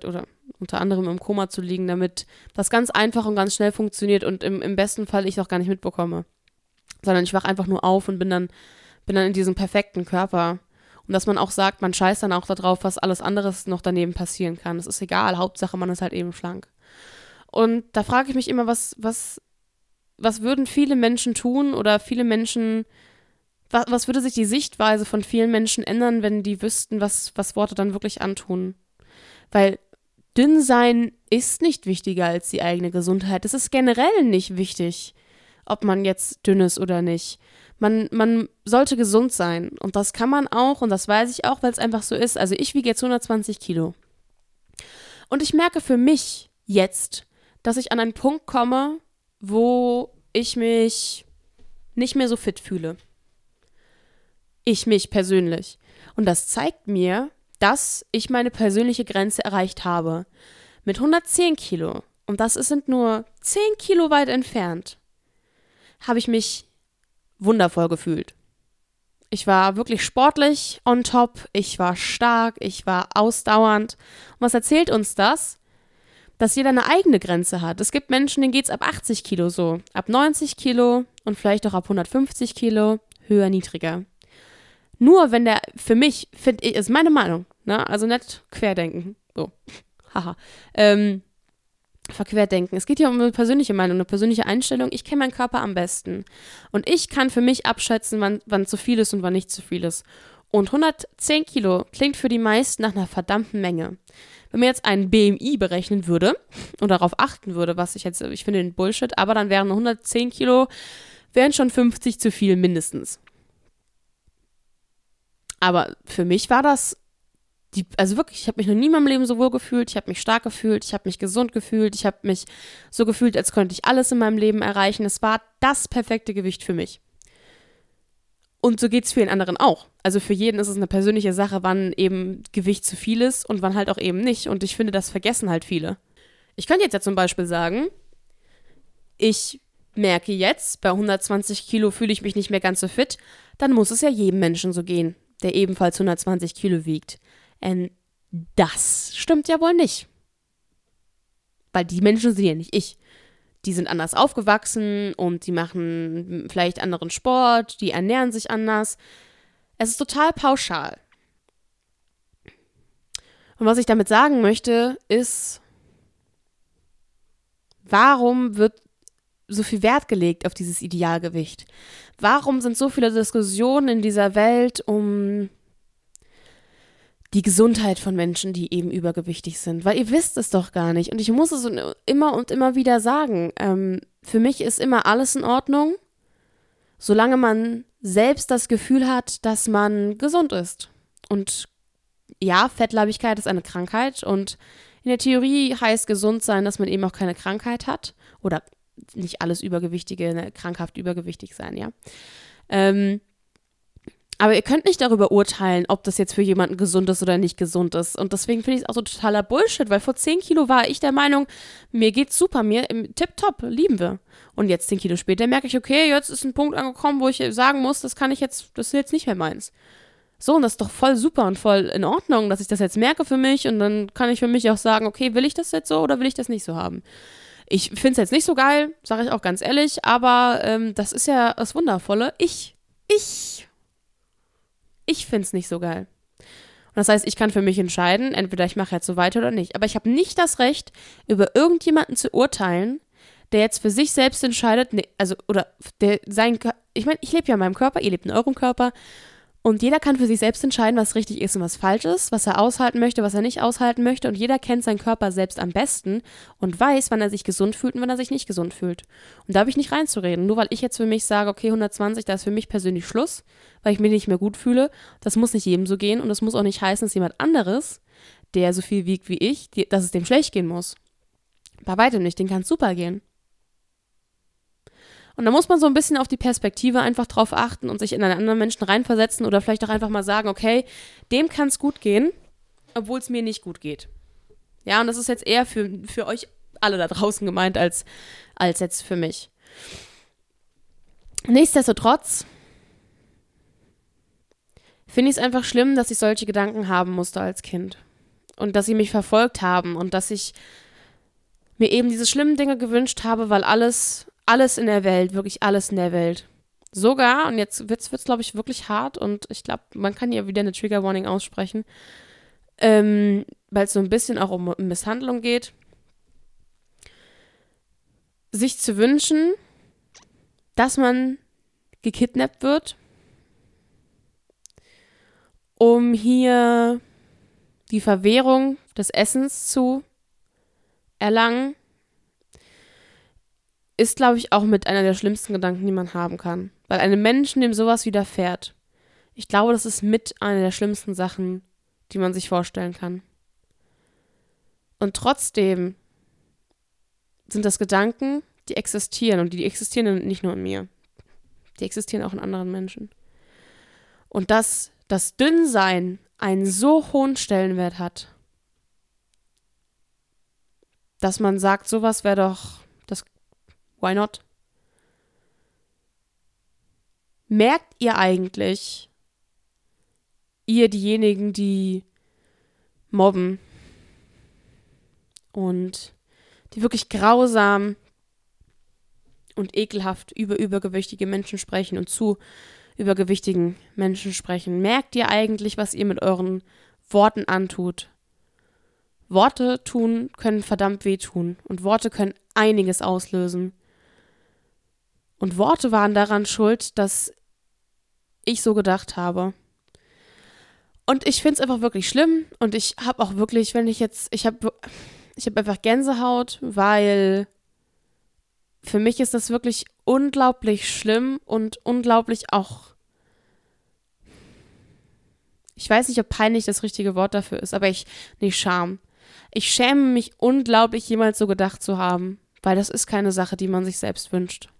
unter anderem im Koma zu liegen, damit das ganz einfach und ganz schnell funktioniert und im, im besten Fall ich es auch gar nicht mitbekomme. Sondern ich wache einfach nur auf und bin dann, bin dann in diesem perfekten Körper. Und dass man auch sagt, man scheißt dann auch darauf, was alles anderes noch daneben passieren kann. Es ist egal, Hauptsache man ist halt eben schlank. Und da frage ich mich immer, was, was, was würden viele Menschen tun oder viele Menschen, was, was würde sich die Sichtweise von vielen Menschen ändern, wenn die wüssten, was, was Worte dann wirklich antun? Weil dünn sein ist nicht wichtiger als die eigene Gesundheit. Es ist generell nicht wichtig, ob man jetzt dünn ist oder nicht. Man, man sollte gesund sein und das kann man auch und das weiß ich auch, weil es einfach so ist. Also ich wiege jetzt hundertzwanzig Kilo und ich merke für mich jetzt, dass ich an einen Punkt komme, wo ich mich nicht mehr so fit fühle. Ich mich persönlich. Und das zeigt mir, dass ich meine persönliche Grenze erreicht habe. Mit hundertzehn Kilo, und das sind nur zehn Kilo weit entfernt, habe ich mich wundervoll gefühlt. Ich war wirklich sportlich on top, ich war stark, ich war ausdauernd. Und was erzählt uns das? Dass jeder eine eigene Grenze hat. Es gibt Menschen, denen geht es ab achtzig Kilo so, ab neunzig Kilo und vielleicht auch ab hundertfünfzig Kilo, höher, niedriger. Nur wenn der, für mich, finde ich, ist meine Meinung, ne? Also nicht querdenken, so, haha, ähm, verquerdenken. Es geht hier um eine persönliche Meinung, eine persönliche Einstellung. Ich kenne meinen Körper am besten. Und ich kann für mich abschätzen, wann, wann zu viel ist und wann nicht zu viel ist. Und hundertzehn Kilo klingt für die meisten nach einer verdammten Menge. Wenn man jetzt einen B M I berechnen würde und darauf achten würde, was ich jetzt, ich finde den Bullshit, aber dann wären hundertzehn Kilo, wären schon fünfzig zu viel mindestens. Aber für mich war das Die, also wirklich, ich habe mich noch nie in meinem Leben so wohl gefühlt, ich habe mich stark gefühlt, ich habe mich gesund gefühlt, ich habe mich so gefühlt, als könnte ich alles in meinem Leben erreichen. Es war das perfekte Gewicht für mich. Und so geht es vielen anderen auch. Also für jeden ist es eine persönliche Sache, wann eben Gewicht zu viel ist und wann halt auch eben nicht. Und ich finde, das vergessen halt viele. Ich könnte jetzt ja zum Beispiel sagen, ich merke jetzt, bei hundertzwanzig Kilo fühle ich mich nicht mehr ganz so fit, dann muss es ja jedem Menschen so gehen, der ebenfalls hundertzwanzig Kilo wiegt. Ähm, das stimmt ja wohl nicht. Weil die Menschen sind ja nicht ich. Die sind anders aufgewachsen und die machen vielleicht anderen Sport, die ernähren sich anders. Es ist total pauschal. Und was ich damit sagen möchte, ist, warum wird so viel Wert gelegt auf dieses Idealgewicht? Warum sind so viele Diskussionen in dieser Welt um die Gesundheit von Menschen, die eben übergewichtig sind? Weil ihr wisst es doch gar nicht. Und ich muss es immer und immer wieder sagen. Ähm, für mich ist immer alles in Ordnung, solange man selbst das Gefühl hat, dass man gesund ist. Und ja, Fettleibigkeit ist eine Krankheit. Und in der Theorie heißt gesund sein, dass man eben auch keine Krankheit hat. Oder nicht alles Übergewichtige, ne, krankhaft übergewichtig sein, ja. Ähm, Aber ihr könnt nicht darüber urteilen, ob das jetzt für jemanden gesund ist oder nicht gesund ist. Und deswegen finde ich es auch so totaler Bullshit, weil vor zehn Kilo war ich der Meinung, mir geht's super, mir tipptopp, lieben wir. Und jetzt zehn Kilo später merke ich, okay, jetzt ist ein Punkt angekommen, wo ich sagen muss, das kann ich jetzt, das ist jetzt nicht mehr meins. So, und das ist doch voll super und voll in Ordnung, dass ich das jetzt merke für mich und dann kann ich für mich auch sagen, okay, will ich das jetzt so oder will ich das nicht so haben? Ich finde es jetzt nicht so geil, sage ich auch ganz ehrlich, aber ähm, das ist ja das Wundervolle. Ich, ich Ich finde es nicht so geil. Und das heißt, ich kann für mich entscheiden, entweder ich mache jetzt so weiter oder nicht. Aber ich habe nicht das Recht, über irgendjemanden zu urteilen, der jetzt für sich selbst entscheidet, nee, also, oder der sein, ich meine, ich lebe ja in meinem Körper, ihr lebt in eurem Körper und jeder kann für sich selbst entscheiden, was richtig ist und was falsch ist, was er aushalten möchte, was er nicht aushalten möchte und jeder kennt seinen Körper selbst am besten und weiß, wann er sich gesund fühlt und wann er sich nicht gesund fühlt. Und da habe ich nicht reinzureden, nur weil ich jetzt für mich sage, okay, hundertzwanzig, da ist für mich persönlich Schluss, weil ich mich nicht mehr gut fühle. Das muss nicht jedem so gehen und das muss auch nicht heißen, dass jemand anderes, der so viel wiegt wie ich, die, dass es dem schlecht gehen muss. Bei weitem nicht, den kann es super gehen. Und da muss man so ein bisschen auf die Perspektive einfach drauf achten und sich in einen anderen Menschen reinversetzen oder vielleicht auch einfach mal sagen, okay, dem kann es gut gehen, obwohl es mir nicht gut geht. Ja, und das ist jetzt eher für, für euch alle da draußen gemeint, als, als jetzt für mich. Nichtsdestotrotz finde ich es einfach schlimm, dass ich solche Gedanken haben musste als Kind. und dass sie mich verfolgt haben und dass ich mir eben diese schlimmen Dinge gewünscht habe, weil alles, alles in der Welt, wirklich alles in der Welt, sogar, und jetzt wird es, glaube ich, wirklich hart und ich glaube, man kann hier wieder eine Trigger Warning aussprechen, ähm, weil es so ein bisschen auch um Misshandlung geht, sich zu wünschen, dass man gekidnappt wird, um hier die Verwehrung des Essens zu erlangen, ist, glaube ich, auch mit einer der schlimmsten Gedanken, die man haben kann. Weil einem Menschen, dem sowas widerfährt, ich glaube, das ist mit einer der schlimmsten Sachen, die man sich vorstellen kann. Und trotzdem sind das Gedanken, die existieren. Und die existieren nicht nur in mir. Die existieren auch in anderen Menschen. Und dass das Dünnsein einen so hohen Stellenwert hat, dass man sagt, sowas wäre doch, das, why not? Merkt ihr eigentlich, ihr diejenigen, die mobben und die wirklich grausam und ekelhaft über übergewichtige Menschen sprechen und zu übergewichtigen Menschen sprechen, merkt ihr eigentlich, was ihr mit euren Worten antut? Worte tun können verdammt wehtun und Worte können einiges auslösen. Und Worte waren daran schuld, dass ich so gedacht habe. Und ich finde es einfach wirklich schlimm und ich habe auch wirklich, wenn ich jetzt, ich habe ich hab einfach Gänsehaut, weil für mich ist das wirklich unglaublich schlimm und unglaublich auch, ich weiß nicht, ob peinlich das richtige Wort dafür ist, aber ich, nicht Scham. Ich schäme mich unglaublich, jemals so gedacht zu haben, weil das ist keine Sache, die man sich selbst wünscht.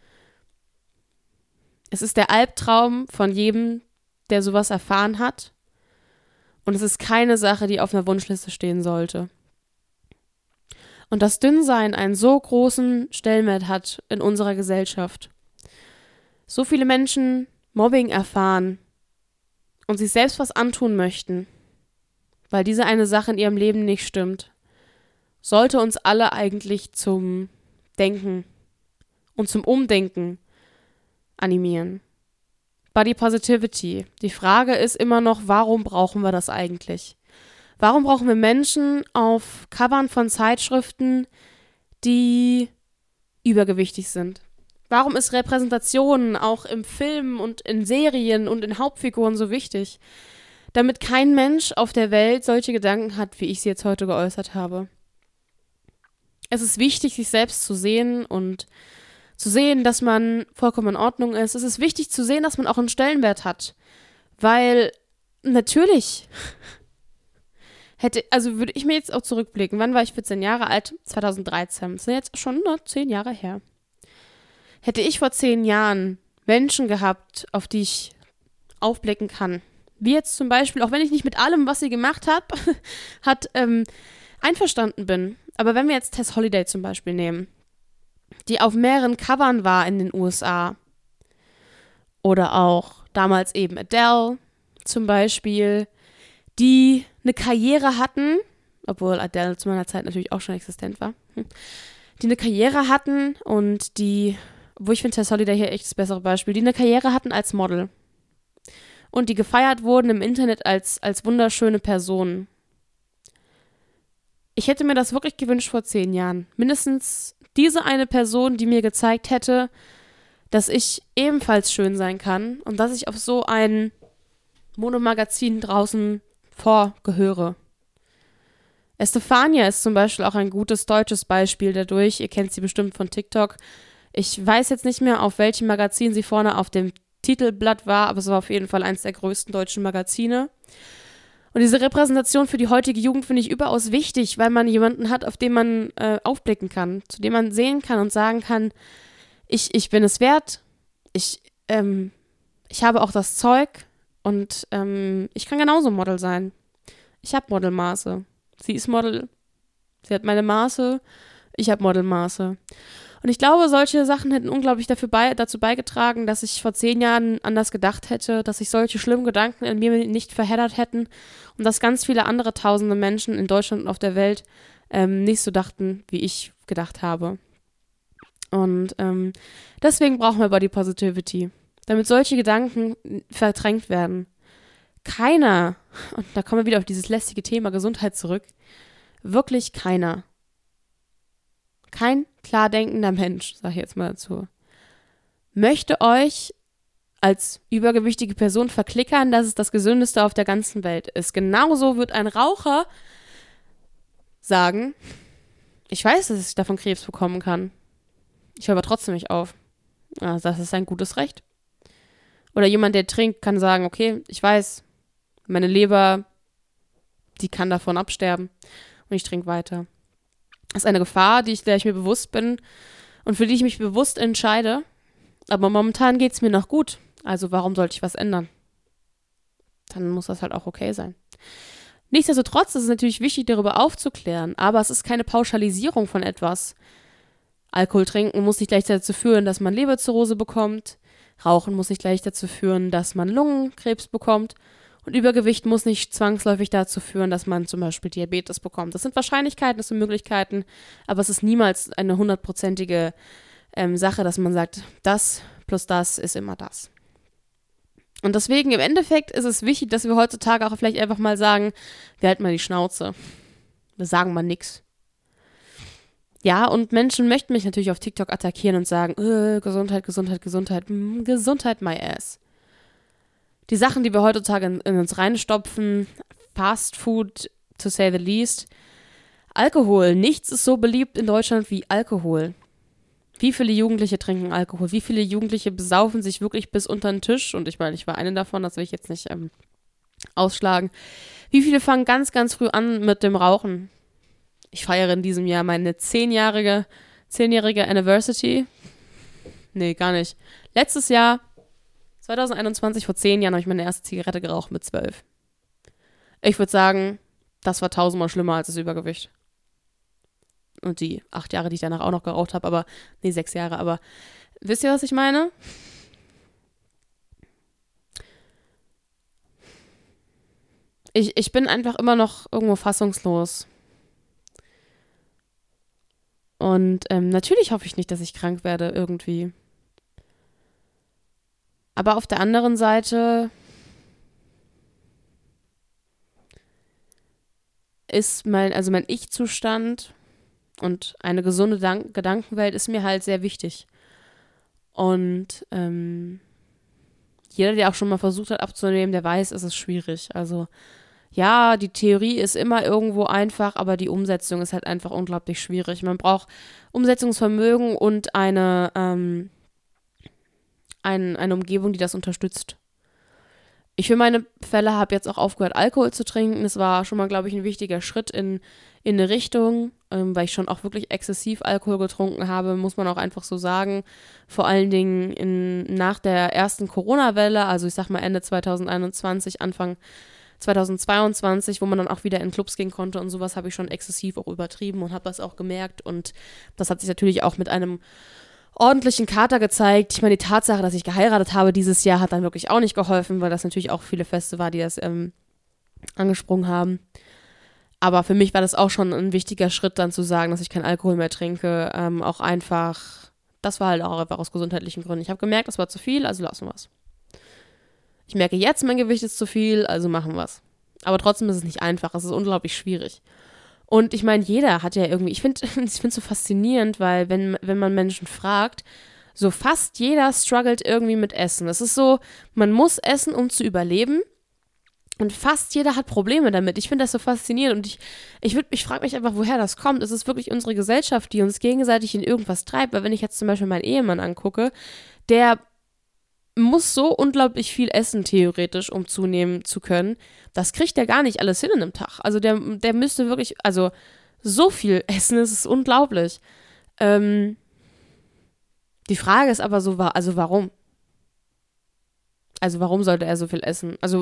Es ist der Albtraum von jedem, der sowas erfahren hat. Und es ist keine Sache, die auf einer Wunschliste stehen sollte. Und das Dünnsein einen so großen Stellenwert hat in unserer Gesellschaft. So viele Menschen Mobbing erfahren und sich selbst was antun möchten, weil diese eine Sache in ihrem Leben nicht stimmt, sollte uns alle eigentlich zum Denken und zum Umdenken animieren. Body Positivity. Die Frage ist immer noch, warum brauchen wir das eigentlich? Warum brauchen wir Menschen auf Covern von Zeitschriften, die übergewichtig sind? Warum ist Repräsentation auch im Film und in Serien und in Hauptfiguren so wichtig? Damit kein Mensch auf der Welt solche Gedanken hat, wie ich sie jetzt heute geäußert habe. Es ist wichtig, sich selbst zu sehen und zu sehen, dass man vollkommen in Ordnung ist. Es ist wichtig zu sehen, dass man auch einen Stellenwert hat. Weil natürlich hätte, also würde ich mir jetzt auch zurückblicken, wann war ich vierzehn Jahre alt? zweitausenddreizehn. Das sind jetzt schon nur zehn Jahre her. Hätte ich vor zehn Jahren Menschen gehabt, auf die ich aufblicken kann, wie jetzt zum Beispiel, auch wenn ich nicht mit allem, was sie gemacht hat, hat ähm, einverstanden bin. Aber wenn wir jetzt Tess Holliday zum Beispiel nehmen, die auf mehreren Covern war in den U S A, oder auch damals eben Adele zum Beispiel, die eine Karriere hatten, obwohl Adele zu meiner Zeit natürlich auch schon existent war, die eine Karriere hatten und die, wo ich finde Tess Holliday hier echt das bessere Beispiel, die eine Karriere hatten als Model. Und die gefeiert wurden im Internet als, als wunderschöne Personen. Ich hätte mir das wirklich gewünscht vor zehn Jahren. Mindestens diese eine Person, die mir gezeigt hätte, dass ich ebenfalls schön sein kann und dass ich auf so ein Monomagazin draußen vorgehöre. Estefania ist zum Beispiel auch ein gutes deutsches Beispiel dadurch. Ihr kennt sie bestimmt von TikTok. Ich weiß jetzt nicht mehr, auf welchem Magazin sie vorne auf dem Titelblatt war, aber es war auf jeden Fall eines der größten deutschen Magazine. Und diese Repräsentation für die heutige Jugend finde ich überaus wichtig, weil man jemanden hat, auf den man äh, aufblicken kann, zu dem man sehen kann und sagen kann, ich, ich bin es wert, ich, ähm, ich habe auch das Zeug und ähm, ich kann genauso Model sein. Ich habe Modelmaße. Sie ist Model, sie hat meine Maße, ich habe Modelmaße. Und ich glaube, solche Sachen hätten unglaublich dafür bei, dazu beigetragen, dass ich vor zehn Jahren anders gedacht hätte, dass sich solche schlimmen Gedanken in mir nicht verheddert hätten und dass ganz viele andere tausende Menschen in Deutschland und auf der Welt ähm, nicht so dachten, wie ich gedacht habe. Und ähm, deswegen brauchen wir Body Positivity, damit solche Gedanken verdrängt werden. Keiner, und da kommen wir wieder auf dieses lästige Thema Gesundheit zurück, wirklich keiner, kein klar denkender Mensch, sage ich jetzt mal dazu, möchte euch als übergewichtige Person verklickern, dass es das Gesündeste auf der ganzen Welt ist. Genauso wird ein Raucher sagen, ich weiß, dass ich davon Krebs bekommen kann. Ich höre aber trotzdem nicht auf. Also das ist ein gutes Recht. Oder jemand, der trinkt, kann sagen, okay, ich weiß, meine Leber, die kann davon absterben und ich trinke weiter. Das ist eine Gefahr, die ich, der ich mir bewusst bin und für die ich mich bewusst entscheide. Aber momentan geht es mir noch gut. Also warum sollte ich was ändern? Dann muss das halt auch okay sein. Nichtsdestotrotz ist es natürlich wichtig, darüber aufzuklären, aber es ist keine Pauschalisierung von etwas. Alkohol trinken muss nicht gleich dazu führen, dass man Leberzirrhose bekommt. Rauchen muss nicht gleich dazu führen, dass man Lungenkrebs bekommt. Und Übergewicht muss nicht zwangsläufig dazu führen, dass man zum Beispiel Diabetes bekommt. Das sind Wahrscheinlichkeiten, das sind Möglichkeiten, aber es ist niemals eine hundertprozentige ähm, Sache, dass man sagt, das plus das ist immer das. Und deswegen im Endeffekt ist es wichtig, dass wir heutzutage auch vielleicht einfach mal sagen, wir halten mal die Schnauze. Wir sagen mal nichts. Ja, und Menschen möchten mich natürlich auf TikTok attackieren und sagen, äh, Gesundheit, Gesundheit, Gesundheit, mh, Gesundheit, my ass. Die Sachen, die wir heutzutage in, in uns reinstopfen, Fast Food, to say the least, Alkohol, nichts ist so beliebt in Deutschland wie Alkohol. Wie viele Jugendliche trinken Alkohol? Wie viele Jugendliche besaufen sich wirklich bis unter den Tisch? Und ich meine, ich war eine davon, das will ich jetzt nicht ähm, ausschlagen. Wie viele fangen ganz, ganz früh an mit dem Rauchen? Ich feiere in diesem Jahr meine zehnjährige, zehnjährige Anniversary. Nee, gar nicht. Letztes Jahr, zwanzig einundzwanzig, vor zehn Jahren, habe ich meine erste Zigarette geraucht mit zwölf. Ich würde sagen, das war tausendmal schlimmer als das Übergewicht. Und die acht Jahre, die ich danach auch noch geraucht habe, aber, nee, sechs Jahre, aber wisst ihr, was ich meine? Ich, ich bin einfach immer noch irgendwo fassungslos. Und ähm, natürlich hoffe ich nicht, dass ich krank werde irgendwie. Aber auf der anderen Seite ist mein, also mein Ich-Zustand und eine gesunde Dank- Gedankenwelt ist mir halt sehr wichtig. Und ähm, jeder, der auch schon mal versucht hat abzunehmen, der weiß, es ist schwierig. Also ja, die Theorie ist immer irgendwo einfach, aber die Umsetzung ist halt einfach unglaublich schwierig. Man braucht Umsetzungsvermögen und eine, ähm, ein, eine Umgebung, die das unterstützt. Ich für meine Fälle habe jetzt auch aufgehört, Alkohol zu trinken. Das war schon mal, glaube ich, ein wichtiger Schritt in, in eine Richtung, ähm, weil ich schon auch wirklich exzessiv Alkohol getrunken habe, muss man auch einfach so sagen. Vor allen Dingen in, nach der ersten Corona-Welle, also ich sag mal Ende zwanzig einundzwanzig, Anfang zwanzig zweiundzwanzig, wo man dann auch wieder in Clubs gehen konnte und sowas, habe ich schon exzessiv auch übertrieben und habe das auch gemerkt. Und das hat sich natürlich auch mit einem ordentlichen Kater gezeigt. Ich meine, die Tatsache, dass ich geheiratet habe dieses Jahr, hat dann wirklich auch nicht geholfen, weil das natürlich auch viele Feste war, die das ähm, angesprungen haben. Aber für mich war das auch schon ein wichtiger Schritt, dann zu sagen, dass ich keinen Alkohol mehr trinke. Ähm, auch einfach, das war halt auch einfach aus gesundheitlichen Gründen. Ich habe gemerkt, das war zu viel, also lassen wir es. Ich merke jetzt, mein Gewicht ist zu viel, also machen wir es. Aber trotzdem ist es nicht einfach, es ist unglaublich schwierig. Und ich meine, jeder hat ja irgendwie, ich finde ich finde es so faszinierend, weil wenn, wenn man Menschen fragt, so fast jeder struggelt irgendwie mit Essen. Es ist so, man muss essen, um zu überleben. Und fast jeder hat Probleme damit. Ich finde das so faszinierend und ich, ich, würd- ich frage mich einfach, woher das kommt. Es ist wirklich unsere Gesellschaft, die uns gegenseitig in irgendwas treibt. Weil wenn ich jetzt zum Beispiel meinen Ehemann angucke, der muss so unglaublich viel essen, theoretisch, um zunehmen zu können. Das kriegt er gar nicht alles hin in einem Tag. Also der, der müsste wirklich, also so viel essen, es ist unglaublich. Ähm, die Frage ist aber so, wa- also warum? Also warum sollte er so viel essen? Also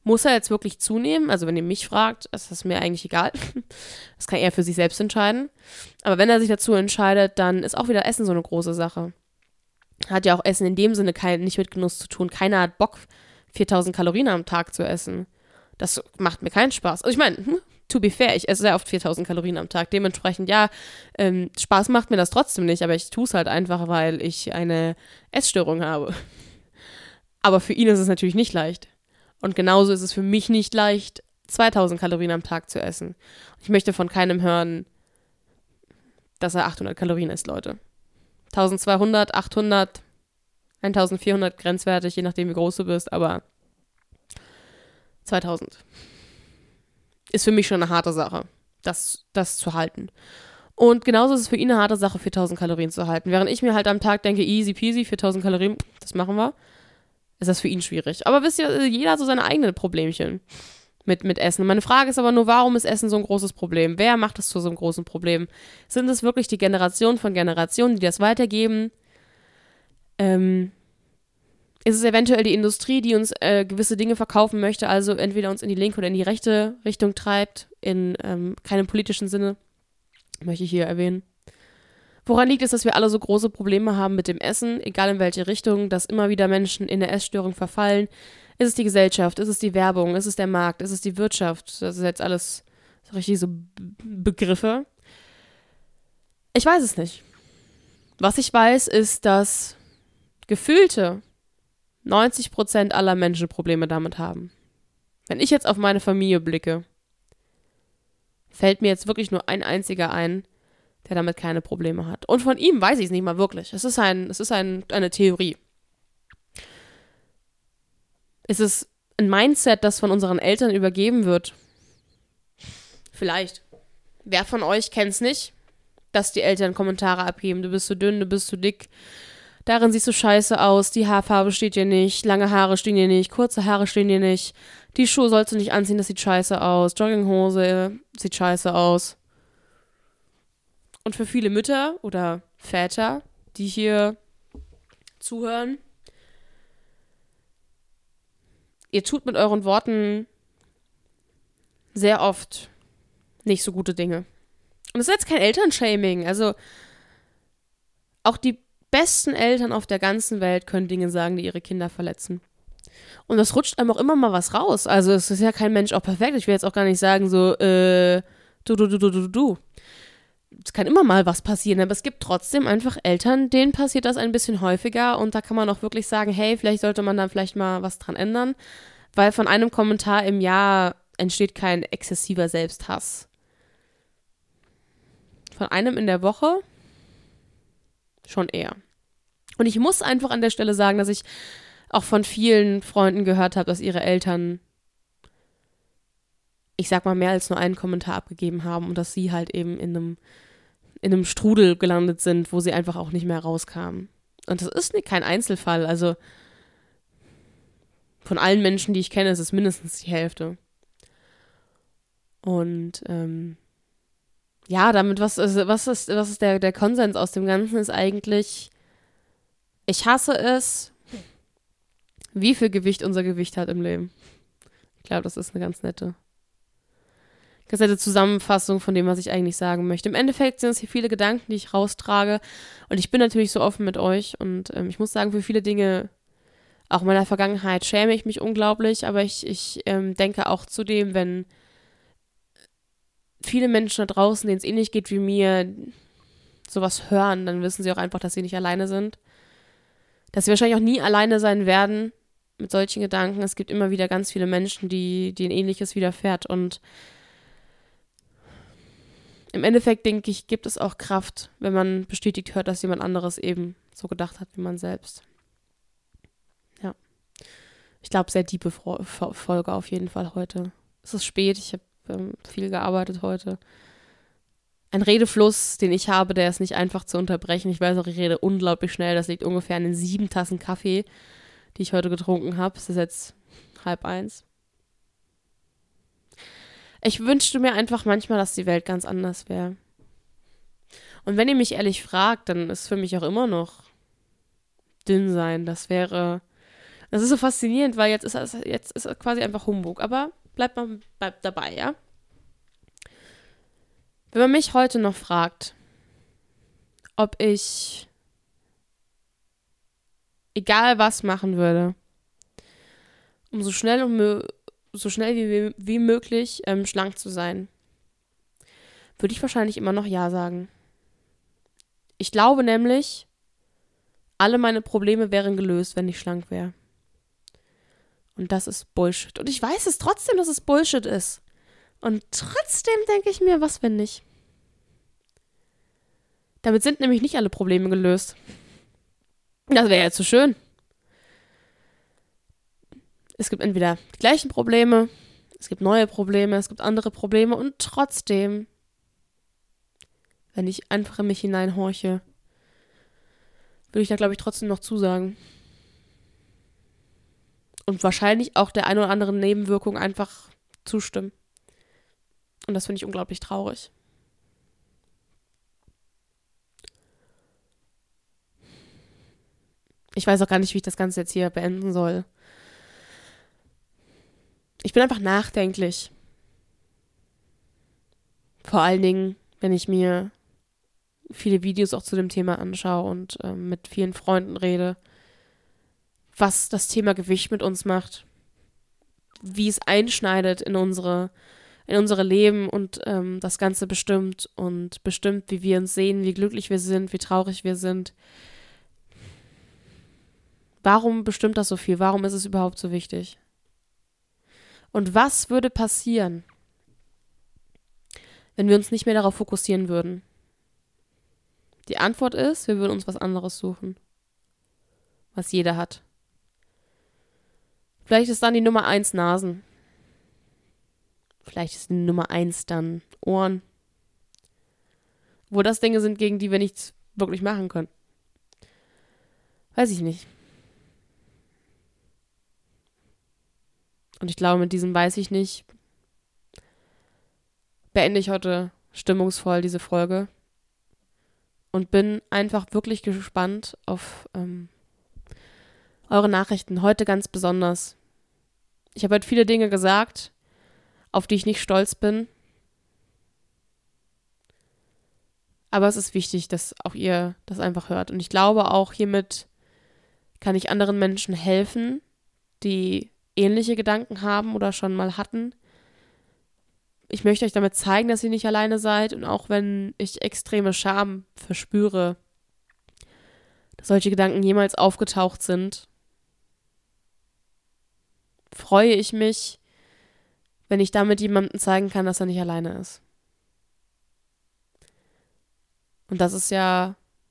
Muss er jetzt wirklich zunehmen? Also wenn ihr mich fragt, ist das mir eigentlich egal. Das kann er für sich selbst entscheiden. Aber wenn er sich dazu entscheidet, dann ist auch wieder Essen so eine große Sache. Hat ja auch Essen in dem Sinne kein, nicht mit Genuss zu tun. Keiner hat Bock, viertausend Kalorien am Tag zu essen. Das macht mir keinen Spaß. Also ich meine, hm, to be fair, ich esse sehr oft viertausend Kalorien am Tag. Dementsprechend, ja, ähm, Spaß macht mir das trotzdem nicht, aber ich tue es halt einfach, weil ich eine Essstörung habe. Aber für ihn ist es natürlich nicht leicht. Und genauso ist es für mich nicht leicht, zweitausend Kalorien am Tag zu essen. Ich möchte von keinem hören, dass er achthundert Kalorien isst, Leute. eintausendzweihundert, achthundert, eintausendvierhundert grenzwertig, je nachdem wie groß du bist, aber zweitausend ist für mich schon eine harte Sache, das, das zu halten. Und genauso ist es für ihn eine harte Sache, viertausend Kalorien zu halten. Während ich mir halt am Tag denke, easy peasy, viertausend Kalorien, das machen wir, ist das für ihn schwierig. Aber wisst ihr, jeder hat so seine eigenen Problemchen mit, mit Essen. Meine Frage ist aber nur, warum ist Essen so ein großes Problem? Wer macht es zu so einem großen Problem? Sind es wirklich die Generationen von Generationen, die das weitergeben? Ähm, ist es eventuell die Industrie, die uns äh, gewisse Dinge verkaufen möchte, also entweder uns in die linke oder in die rechte Richtung treibt, in ähm, keinem politischen Sinne, möchte ich hier erwähnen. Woran liegt es, dass wir alle so große Probleme haben mit dem Essen, egal in welche Richtung, dass immer wieder Menschen in eine Essstörung verfallen? Ist es die Gesellschaft? Ist es die Werbung? Ist es der Markt? Ist es die Wirtschaft? Das ist jetzt alles so richtig so B- Begriffe. Ich weiß es nicht. Was ich weiß, ist, dass gefühlte neunzig Prozent aller Menschen Probleme damit haben. Wenn ich jetzt auf meine Familie blicke, fällt mir jetzt wirklich nur ein einziger ein, der damit keine Probleme hat. Und von ihm weiß ich es nicht mal wirklich. Es ist, ein, es ist ein, eine Theorie. Ist es ein Mindset, das von unseren Eltern übergeben wird? Vielleicht. Wer von euch kennt es nicht, dass die Eltern Kommentare abgeben? Du bist zu dünn, du bist zu dick. Darin siehst du scheiße aus, die Haarfarbe steht dir nicht, lange Haare stehen dir nicht, kurze Haare stehen dir nicht, die Schuhe sollst du nicht anziehen, das sieht scheiße aus, Jogginghose sieht scheiße aus. Und für viele Mütter oder Väter, die hier zuhören, ihr tut mit euren Worten sehr oft nicht so gute Dinge. Und es ist jetzt kein Elternshaming, also auch die besten Eltern auf der ganzen Welt können Dinge sagen, die ihre Kinder verletzen. Und es rutscht einem auch immer mal was raus. Also es ist ja kein Mensch auch perfekt. Ich will jetzt auch gar nicht sagen so, äh, du, du, du, du, du, du. Es kann immer mal was passieren, aber es gibt trotzdem einfach Eltern, denen passiert das ein bisschen häufiger und da kann man auch wirklich sagen, hey, vielleicht sollte man da vielleicht mal was dran ändern, weil von einem Kommentar im Jahr entsteht kein exzessiver Selbsthass. Von einem in der Woche schon eher. Und ich muss einfach an der Stelle sagen, dass ich auch von vielen Freunden gehört habe, dass ihre Eltern, ich sag mal, mehr als nur einen Kommentar abgegeben haben und dass sie halt eben in einem, in einem Strudel gelandet sind, wo sie einfach auch nicht mehr rauskamen. Und das ist nicht kein Einzelfall. Also von allen Menschen, die ich kenne, ist es mindestens die Hälfte. Und ähm, ja, damit, was ist, was ist, was ist der, der Konsens aus dem Ganzen, ist eigentlich, ich hasse es, wie viel Gewicht unser Gewicht hat im Leben. Ich glaube, das ist eine ganz nette, ganz nette Zusammenfassung von dem, was ich eigentlich sagen möchte. Im Endeffekt sind es hier viele Gedanken, die ich raustrage und ich bin natürlich so offen mit euch und ähm, ich muss sagen, für viele Dinge, auch in meiner Vergangenheit, schäme ich mich unglaublich, aber ich, ich ähm, denke auch zudem, wenn viele Menschen da draußen, denen es ähnlich geht wie mir, sowas hören, dann wissen sie auch einfach, dass sie nicht alleine sind. Dass sie wahrscheinlich auch nie alleine sein werden mit solchen Gedanken. Es gibt immer wieder ganz viele Menschen, die, denen Ähnliches widerfährt. Und im Endeffekt, denke ich, gibt es auch Kraft, wenn man bestätigt hört, dass jemand anderes eben so gedacht hat wie man selbst. Ja. Ich glaube, sehr tiefe Folge auf jeden Fall heute. Es ist spät, ich habe ähm, viel gearbeitet heute. Ein Redefluss, den ich habe, der ist nicht einfach zu unterbrechen. Ich weiß auch, ich rede unglaublich schnell. Das liegt ungefähr an den sieben Tassen Kaffee, die ich heute getrunken habe. Es ist jetzt halb eins. Ich wünschte mir einfach manchmal, dass die Welt ganz anders wäre. Und wenn ihr mich ehrlich fragt, dann ist für mich auch immer noch dünn sein. Das wäre Das ist so faszinierend, weil jetzt ist es jetzt ist es quasi einfach Humbug. Aber bleibt mal bleibt dabei, ja? Wenn man mich heute noch fragt, ob ich egal was machen würde, um so schnell, um, so schnell wie, wie möglich ähm, schlank zu sein, würde ich wahrscheinlich immer noch Ja sagen. Ich glaube nämlich, alle meine Probleme wären gelöst, wenn ich schlank wäre. Und das ist Bullshit. Und ich weiß es trotzdem, dass es Bullshit ist. Und trotzdem denke ich mir, was wenn nicht? Damit sind nämlich nicht alle Probleme gelöst. Das wäre ja zu schön. Es gibt entweder die gleichen Probleme, es gibt neue Probleme, es gibt andere Probleme und trotzdem, wenn ich einfach in mich hineinhorche, würde ich da, glaube ich, trotzdem noch zusagen. Und wahrscheinlich auch der ein oder anderen Nebenwirkung einfach zustimmen. Und das finde ich unglaublich traurig. Ich weiß auch gar nicht, wie ich das Ganze jetzt hier beenden soll. Ich bin einfach nachdenklich. Vor allen Dingen, wenn ich mir viele Videos auch zu dem Thema anschaue und ähm, mit vielen Freunden rede, was das Thema Gewicht mit uns macht, wie es einschneidet in unsere, in unsere Leben und ähm, das Ganze bestimmt und bestimmt, wie wir uns sehen, wie glücklich wir sind, wie traurig wir sind. Warum bestimmt das so viel? Warum ist es überhaupt so wichtig? Und was würde passieren, wenn wir uns nicht mehr darauf fokussieren würden? Die Antwort ist, wir würden uns was anderes suchen, was jeder hat. Vielleicht ist dann die Nummer eins Nasen. Vielleicht ist die Nummer eins dann Ohren. Wo das Dinge sind, gegen die wir nichts wirklich machen können. Weiß ich nicht. Und ich glaube, mit diesem weiß ich nicht, beende ich heute stimmungsvoll diese Folge. Und bin einfach wirklich gespannt auf ähm, eure Nachrichten. Heute ganz besonders. Ich habe heute viele Dinge gesagt, auf die ich nicht stolz bin. Aber es ist wichtig, dass auch ihr das einfach hört. Und ich glaube auch, hiermit kann ich anderen Menschen helfen, die ähnliche Gedanken haben oder schon mal hatten. Ich möchte euch damit zeigen, dass ihr nicht alleine seid. Und auch wenn ich extreme Scham verspüre, dass solche Gedanken jemals aufgetaucht sind, freue ich mich, wenn ich damit jemandem zeigen kann, dass er nicht alleine ist. Und das ist ja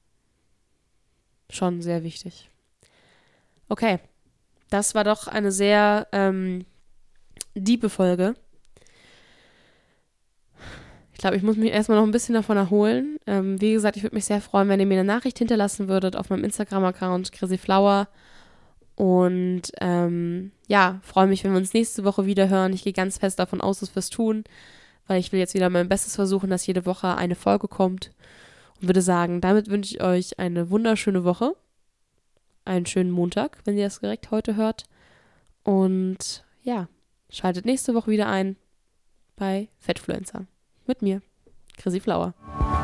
schon sehr wichtig. Okay, das war doch eine sehr ähm, diepe Folge. Ich glaube, ich muss mich erstmal noch ein bisschen davon erholen. Ähm, wie gesagt, ich würde mich sehr freuen, wenn ihr mir eine Nachricht hinterlassen würdet auf meinem Instagram-Account crazyflower. Und ähm, ja, freue mich, wenn wir uns nächste Woche wieder hören. Ich gehe ganz fest davon aus, dass wir es tun, weil ich will jetzt wieder mein Bestes versuchen, dass jede Woche eine Folge kommt. Und würde sagen, damit wünsche ich euch eine wunderschöne Woche. Einen schönen Montag, wenn ihr das direkt heute hört. Und ja, schaltet nächste Woche wieder ein bei Fettfluencer. Mit mir, Crazy Flower.